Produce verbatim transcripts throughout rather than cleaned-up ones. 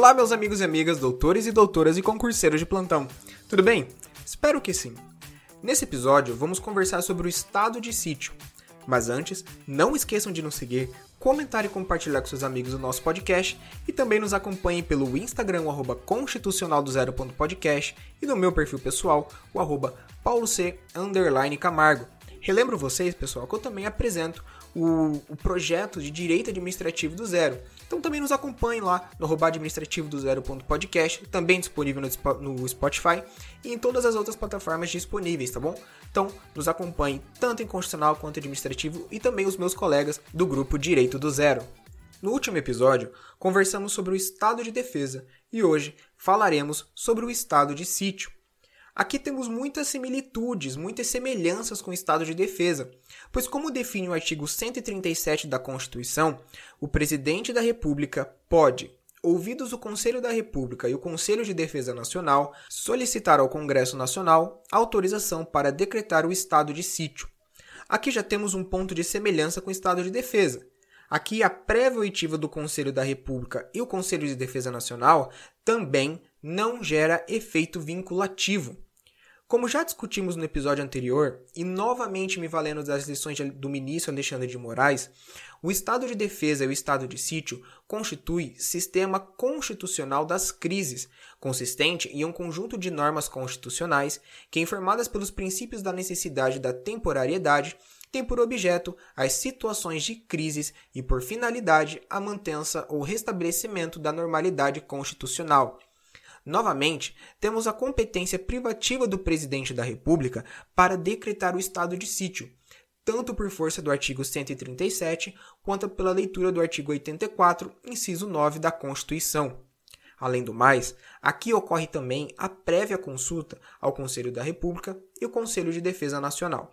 Olá, meus amigos e amigas, doutores e doutoras e concurseiros de plantão. Tudo bem? Espero que sim. Nesse episódio, vamos conversar sobre o estado de sítio. Mas antes, não esqueçam de nos seguir, comentar e compartilhar com seus amigos o nosso podcast e também nos acompanhem pelo Instagram, o arroba constitucional do zero ponto podcast e no meu perfil pessoal, o arroba pauloc underline camargo. Relembro vocês, pessoal, que eu também apresento o, o projeto de Direito Administrativo do Zero. Então também nos acompanhem lá no arroba administrativo do zero ponto podcast, também disponível no, no Spotify e em todas as outras plataformas disponíveis, tá bom? Então nos acompanhem tanto em constitucional quanto administrativo e também os meus colegas do grupo Direito do Zero. No último episódio, conversamos sobre o estado de defesa e hoje falaremos sobre o estado de sítio. Aqui temos muitas similitudes, muitas semelhanças com o estado de defesa, pois como define o artigo cento e trinta e sete da Constituição, o Presidente da República pode, ouvidos o Conselho da República e o Conselho de Defesa Nacional, solicitar ao Congresso Nacional autorização para decretar o estado de sítio. Aqui já temos um ponto de semelhança com o estado de defesa. Aqui a prévia oitiva do Conselho da República e o Conselho de Defesa Nacional também não gera efeito vinculativo. Como já discutimos no episódio anterior, e novamente me valendo das lições do ministro Alexandre de Moraes, o estado de defesa e o estado de sítio constitui sistema constitucional das crises, consistente em um conjunto de normas constitucionais que, informadas pelos princípios da necessidade e da temporariedade, tem por objeto as situações de crises e por finalidade a mantença ou restabelecimento da normalidade constitucional. Novamente, temos a competência privativa do Presidente da República para decretar o estado de sítio, tanto por força do artigo cento e trinta e sete, quanto pela leitura do artigo oitenta e quatro, inciso nove da Constituição. Além do mais, aqui ocorre também a prévia consulta ao Conselho da República e o Conselho de Defesa Nacional.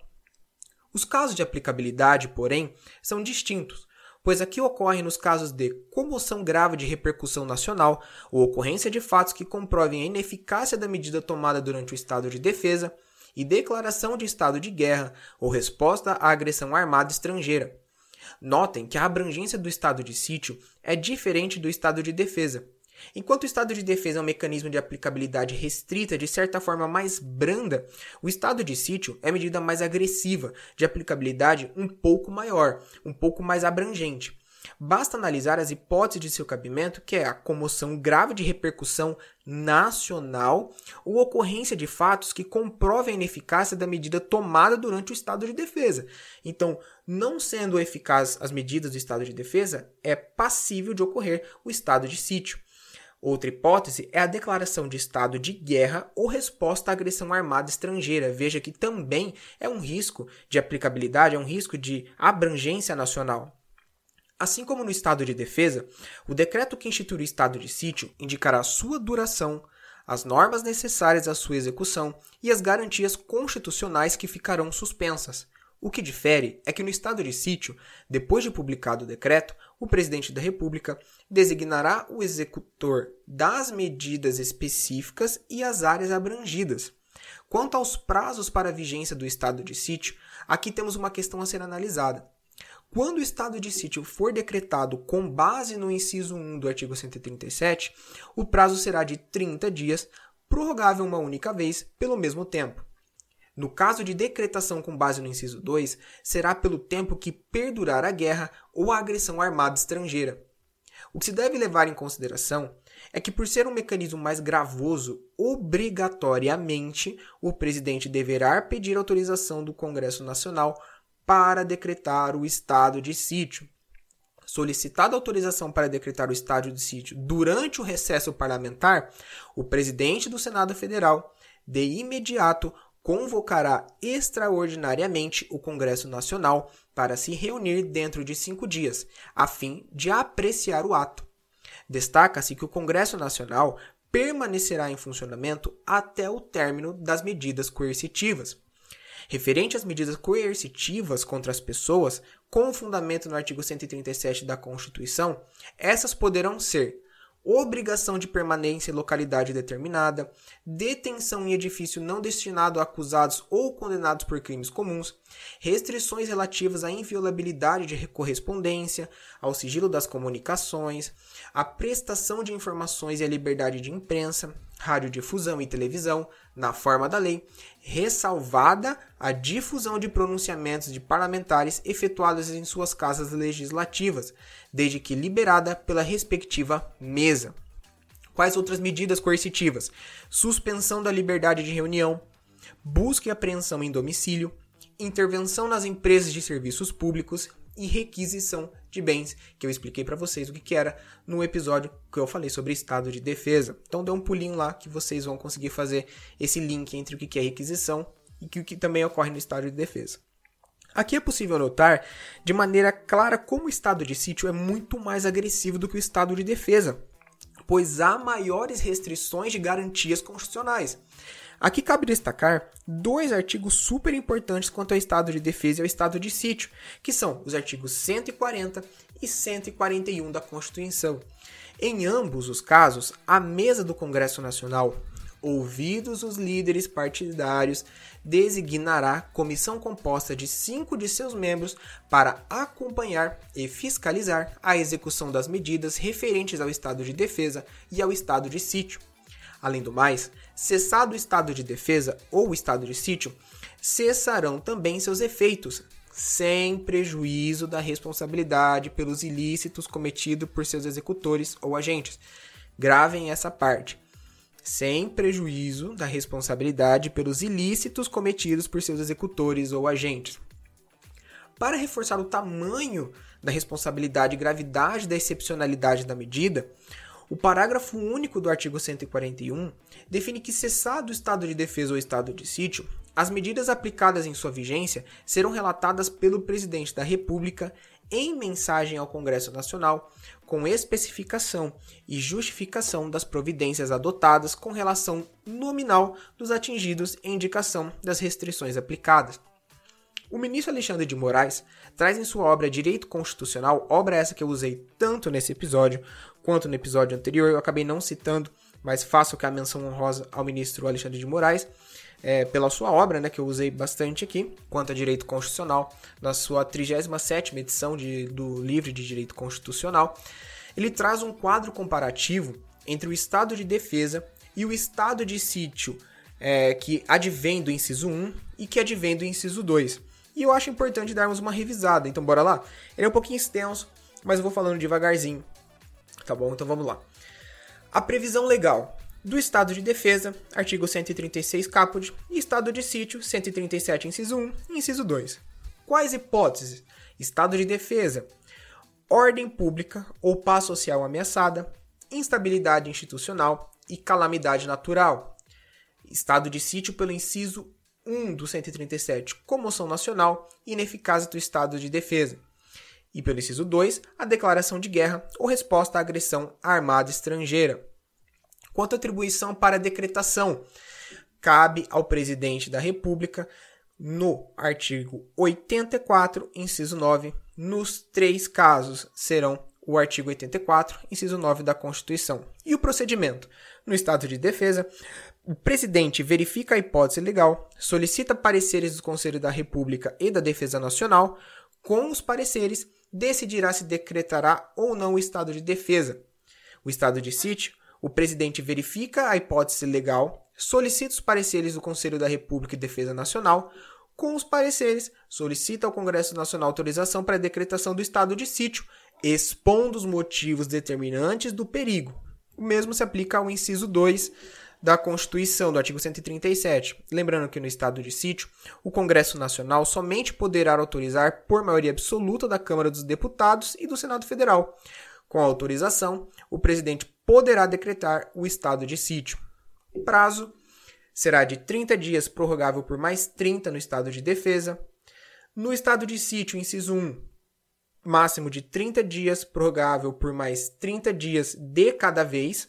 Os casos de aplicabilidade, porém, são distintos, pois aqui ocorrem nos casos de comoção grave de repercussão nacional ou ocorrência de fatos que comprovem a ineficácia da medida tomada durante o estado de defesa e declaração de estado de guerra ou resposta à agressão armada estrangeira. Notem que a abrangência do estado de sítio é diferente do estado de defesa. Enquanto o estado de defesa é um mecanismo de aplicabilidade restrita, de certa forma mais branda, o estado de sítio é medida mais agressiva, de aplicabilidade um pouco maior, um pouco mais abrangente. Basta analisar as hipóteses de seu cabimento, que é a comoção grave de repercussão nacional ou ocorrência de fatos que comprovem a ineficácia da medida tomada durante o estado de defesa. Então, não sendo eficaz as medidas do estado de defesa, é passível de ocorrer o estado de sítio. Outra hipótese é a declaração de estado de guerra ou resposta à agressão armada estrangeira. Veja que também é um risco de aplicabilidade, é um risco de abrangência nacional. Assim como no estado de defesa, o decreto que institui o estado de sítio indicará sua duração, as normas necessárias à sua execução e as garantias constitucionais que ficarão suspensas. O que difere é que no estado de sítio, depois de publicado o decreto, o Presidente da República designará o executor das medidas específicas e as áreas abrangidas. Quanto aos prazos para a vigência do estado de sítio, aqui temos uma questão a ser analisada. Quando o estado de sítio for decretado com base no inciso um do artigo cento e trinta e sete, o prazo será de trinta dias, prorrogável uma única vez pelo mesmo tempo. No caso de decretação com base no inciso dois, será pelo tempo que perdurar a guerra ou a agressão armada estrangeira. O que se deve levar em consideração é que, por ser um mecanismo mais gravoso, obrigatoriamente o presidente deverá pedir autorização do Congresso Nacional para decretar o estado de sítio. Solicitada autorização para decretar o estado de sítio durante o recesso parlamentar, o presidente do Senado Federal, de imediato, convocará extraordinariamente o Congresso Nacional para se reunir dentro de cinco dias, a fim de apreciar o ato. Destaca-se que o Congresso Nacional permanecerá em funcionamento até o término das medidas coercitivas. Referente às medidas coercitivas contra as pessoas, com fundamento no artigo cento e trinta e sete da Constituição, essas poderão ser obrigação de permanência em localidade determinada, detenção em edifício não destinado a acusados ou condenados por crimes comuns, restrições relativas à inviolabilidade de correspondência, ao sigilo das comunicações, à prestação de informações e à liberdade de imprensa, radiodifusão e televisão, na forma da lei, ressalvada a difusão de pronunciamentos de parlamentares efetuados em suas casas legislativas, desde que liberada pela respectiva mesa. Quais outras medidas coercitivas? Suspensão da liberdade de reunião, busca e apreensão em domicílio, intervenção nas empresas de serviços públicos e requisição de bens, que eu expliquei para vocês o que, que era no episódio que eu falei sobre estado de defesa. Então dê um pulinho lá que vocês vão conseguir fazer esse link entre o que, que é requisição e o que também ocorre no estado de defesa. Aqui é possível notar de maneira clara como o estado de sítio é muito mais agressivo do que o estado de defesa, pois há maiores restrições de garantias constitucionais. Aqui cabe destacar dois artigos super importantes quanto ao estado de defesa e ao estado de sítio, que são os artigos cento e quarenta e cento e quarenta e um da Constituição. Em ambos os casos, a mesa do Congresso Nacional, ouvidos os líderes partidários, designará comissão composta de cinco de seus membros para acompanhar e fiscalizar a execução das medidas referentes ao estado de defesa e ao estado de sítio. Além do mais, cessado o estado de defesa ou o estado de sítio, cessarão também seus efeitos, sem prejuízo da responsabilidade pelos ilícitos cometidos por seus executores ou agentes. Gravem essa parte. Sem prejuízo da responsabilidade pelos ilícitos cometidos por seus executores ou agentes. Para reforçar o tamanho da responsabilidade e gravidade da excepcionalidade da medida, o parágrafo único do artigo cento e quarenta e um define que, cessado o estado de defesa ou estado de sítio, as medidas aplicadas em sua vigência serão relatadas pelo Presidente da República em mensagem ao Congresso Nacional, com especificação e justificação das providências adotadas com relação nominal dos atingidos e indicação das restrições aplicadas. O ministro Alexandre de Moraes traz em sua obra Direito Constitucional, obra essa que eu usei tanto nesse episódio quanto no episódio anterior, eu acabei não citando, mas faço que a menção honrosa ao ministro Alexandre de Moraes, é, pela sua obra, né, que eu usei bastante aqui, quanto a Direito Constitucional, na sua trigésima sétima edição de, do livro de Direito Constitucional. Ele traz um quadro comparativo entre o estado de defesa e o estado de sítio, é, que advém do inciso um e que advém do inciso dois. E eu acho importante darmos uma revisada, então bora lá? Ele é um pouquinho extenso, mas eu vou falando devagarzinho, tá bom? Então vamos lá. A previsão legal do estado de defesa, artigo cento e trinta e seis caput, e estado de sítio, cento e trinta e sete, inciso um e inciso dois. Quais hipóteses? Estado de defesa: ordem pública ou paz social ameaçada, instabilidade institucional e calamidade natural. Estado de sítio pelo inciso um do cento e trinta e sete, comoção nacional e ineficácia do estado de defesa. E pelo inciso dois, a declaração de guerra ou resposta à agressão armada estrangeira. Quanto à atribuição para decretação, cabe ao presidente da República, no artigo oitenta e quatro, inciso nove, nos três casos serão o artigo oitenta e quatro, inciso nove da Constituição. E o procedimento? No estado de defesa, o presidente verifica a hipótese legal, solicita pareceres do Conselho da República e da Defesa Nacional. Com os pareceres, decidirá se decretará ou não o estado de defesa. O estado de sítio, o presidente verifica a hipótese legal, solicita os pareceres do Conselho da República e Defesa Nacional. Com os pareceres, solicita ao Congresso Nacional autorização para a decretação do estado de sítio, expondo os motivos determinantes do perigo. O mesmo se aplica ao inciso dois da Constituição, do artigo cento e trinta e sete. Lembrando que no estado de sítio, o Congresso Nacional somente poderá autorizar por maioria absoluta da Câmara dos Deputados e do Senado Federal. Com a autorização, o presidente poderá decretar o estado de sítio. O prazo será de trinta dias, prorrogável por mais trinta no estado de defesa. No estado de sítio, inciso um, máximo de trinta dias, prorrogável por mais trinta dias de cada vez.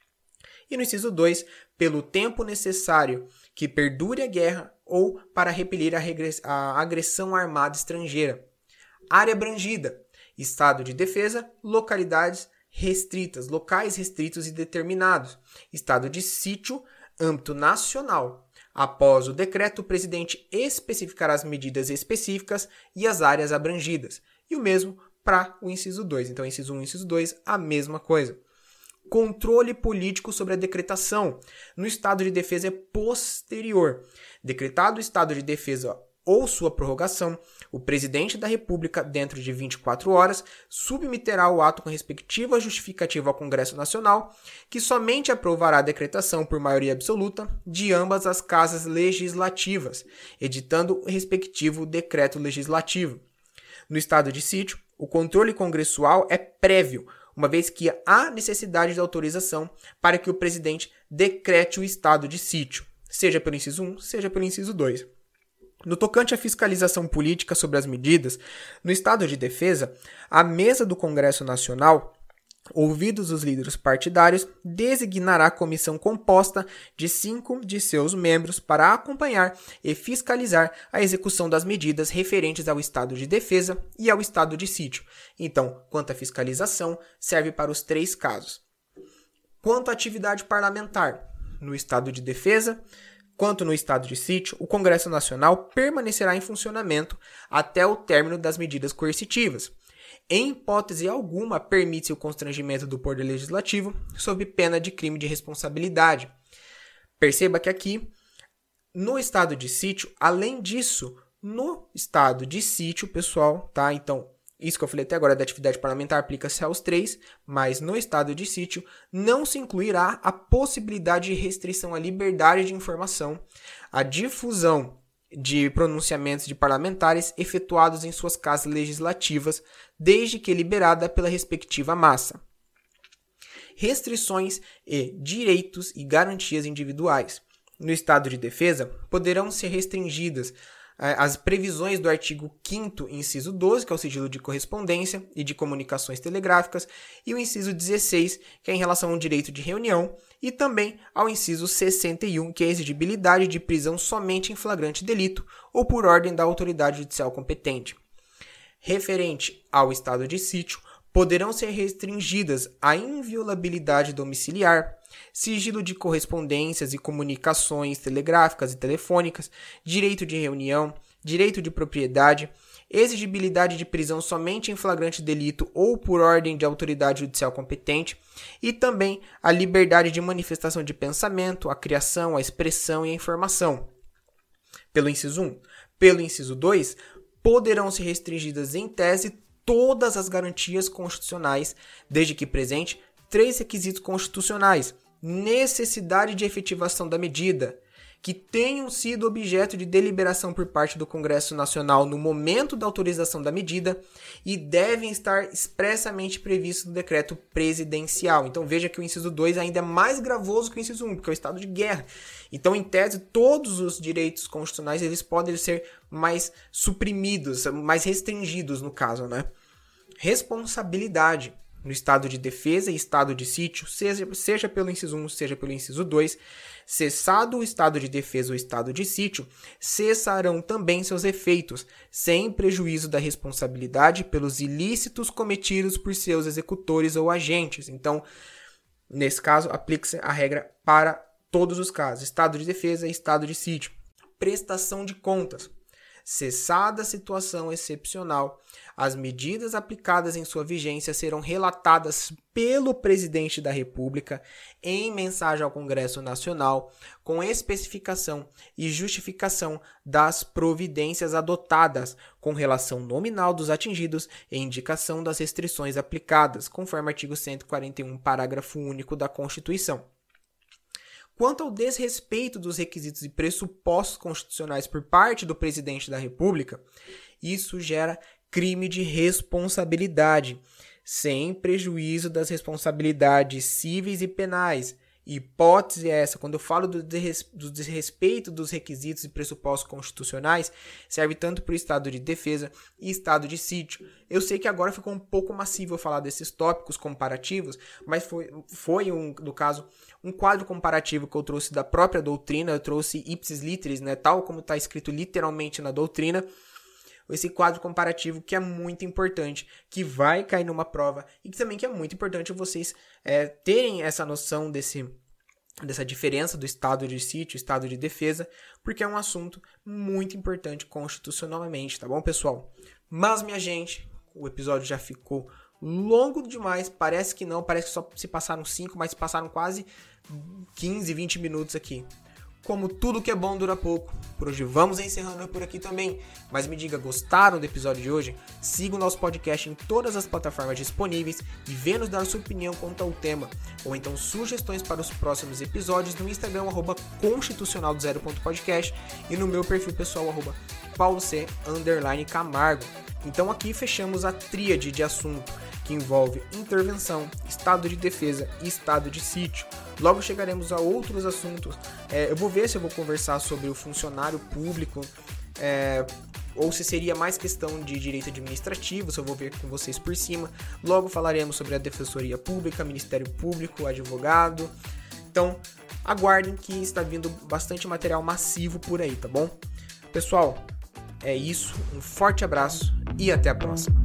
E no inciso dois, pelo tempo necessário que perdure a guerra ou para repelir a, regress- a agressão armada estrangeira. Área abrangida: estado de defesa, localidades, restritas, locais restritos e determinados. Estado de sítio, âmbito nacional. Após o decreto, o presidente especificará as medidas específicas e as áreas abrangidas. E o mesmo para o inciso dois. Então, inciso um e inciso dois, a mesma coisa. Controle político sobre a decretação. No estado de defesa é posterior. Decretado o estado de defesa ou sua prorrogação, o presidente da República, dentro de vinte e quatro horas, submeterá o ato com respectiva justificativa ao Congresso Nacional, que somente aprovará a decretação por maioria absoluta de ambas as casas legislativas, editando o respectivo decreto legislativo. No estado de sítio, o controle congressual é prévio, uma vez que há necessidade de autorização para que o presidente decrete o estado de sítio, seja pelo inciso um, seja pelo inciso dois. No tocante à fiscalização política sobre as medidas, no estado de defesa, a mesa do Congresso Nacional, ouvidos os líderes partidários, designará comissão composta de cinco de seus membros para acompanhar e fiscalizar a execução das medidas referentes ao estado de defesa e ao estado de sítio. Então, quanto à fiscalização, serve para os três casos. Quanto à atividade parlamentar, no estado de defesa, quanto no estado de sítio, o Congresso Nacional permanecerá em funcionamento até o término das medidas coercitivas. Em hipótese alguma, permite-se o constrangimento do poder legislativo sob pena de crime de responsabilidade. Perceba que aqui, no estado de sítio, além disso, no estado de sítio, pessoal, tá? Então, isso que eu falei até agora da atividade parlamentar aplica-se aos três, mas no estado de sítio não se incluirá a possibilidade de restrição à liberdade de informação, à difusão de pronunciamentos de parlamentares efetuados em suas casas legislativas, desde que liberada pela respectiva massa. Restrições e direitos e garantias individuais. No estado de defesa, poderão ser restringidas as previsões do artigo quinto, inciso doze, que é o sigilo de correspondência e de comunicações telegráficas, e o inciso dezesseis, que é em relação ao direito de reunião, e também ao inciso sessenta e um, que é a exigibilidade de prisão somente em flagrante delito ou por ordem da autoridade judicial competente. Referente ao estado de sítio, poderão ser restringidas a inviolabilidade domiciliar, sigilo de correspondências e comunicações telegráficas e telefônicas, direito de reunião, direito de propriedade, exigibilidade de prisão somente em flagrante delito ou por ordem de autoridade judicial competente, e também a liberdade de manifestação de pensamento, a criação, a expressão e a informação. Pelo inciso um. Pelo inciso dois, poderão ser restringidas em tese todas as garantias constitucionais, desde que presente três requisitos constitucionais: necessidade de efetivação da medida, que tenham sido objeto de deliberação por parte do Congresso Nacional no momento da autorização da medida e devem estar expressamente previstos no decreto presidencial. Então veja que o inciso dois ainda é mais gravoso que o inciso um, porque é o estado de guerra. Então, em tese, todos os direitos constitucionais eles podem ser mais suprimidos, mais restringidos no caso, né? Responsabilidade. No estado de defesa e estado de sítio, seja, seja pelo inciso um, seja pelo inciso dois, cessado o estado de defesa ou estado de sítio, cessarão também seus efeitos, sem prejuízo da responsabilidade pelos ilícitos cometidos por seus executores ou agentes. Então, nesse caso, aplica-se a regra para todos os casos, estado de defesa e estado de sítio. Prestação de contas. Cessada a situação excepcional, as medidas aplicadas em sua vigência serão relatadas pelo presidente da República em mensagem ao Congresso Nacional, com especificação e justificação das providências adotadas, com relação nominal dos atingidos e indicação das restrições aplicadas, conforme artigo cento e quarenta e um, parágrafo único da Constituição. Quanto ao desrespeito dos requisitos e pressupostos constitucionais por parte do presidente da República, isso gera crime de responsabilidade, sem prejuízo das responsabilidades cíveis e penais. Hipótese é essa, quando eu falo do desrespeito dos requisitos e pressupostos constitucionais, serve tanto para o estado de defesa e estado de sítio. Eu sei que agora ficou um pouco massivo eu falar desses tópicos comparativos, mas foi, foi um, no caso, um quadro comparativo que eu trouxe da própria doutrina, eu trouxe ipsis literis, né, tal como está escrito literalmente na doutrina, esse quadro comparativo que é muito importante, que vai cair numa prova e que também que é muito importante vocês é, terem essa noção desse, dessa diferença do estado de sítio, estado de defesa, porque é um assunto muito importante constitucionalmente, tá bom, pessoal? Mas, minha gente, o episódio já ficou longo demais, parece que não, parece que só se passaram cinco, mas passaram quase quinze, vinte minutos aqui. Como tudo que é bom dura pouco, por hoje vamos encerrando por aqui também. Mas me diga, gostaram do episódio de hoje? Siga o nosso podcast em todas as plataformas disponíveis e venha nos dar sua opinião quanto ao tema, ou então sugestões para os próximos episódios no Instagram, arroba constitucional do zero ponto podcast, e no meu perfil pessoal, arroba pauloc, underline camargo. Então aqui fechamos a tríade de assunto, que envolve intervenção, estado de defesa e estado de sítio. Logo chegaremos a outros assuntos. É, eu vou ver se eu vou conversar sobre o funcionário público, é, ou se seria mais questão de direito administrativo, se eu vou ver com vocês por cima. Logo falaremos sobre a defensoria pública, Ministério Público, advogado. Então, aguardem que está vindo bastante material massivo por aí, tá bom? Pessoal, é isso. Um forte abraço e até a próxima.